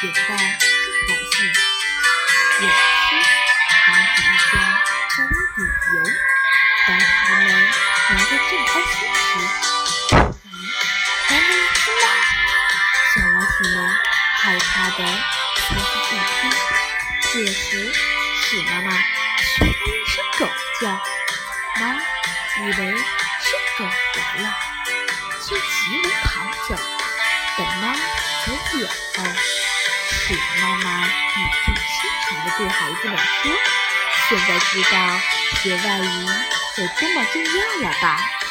远到真高兴。有一天，王子一家前往旅游，当他们聊得正开心时，突然来了一只猫。小老鼠们害怕地缩在一边。这时，鼠妈妈学了一声狗叫，猫以为是狗来了，就急忙逃走。等猫走远后，鼠妈妈语重心长地对孩子们说：“现在知道学外语有多么重要了吧？”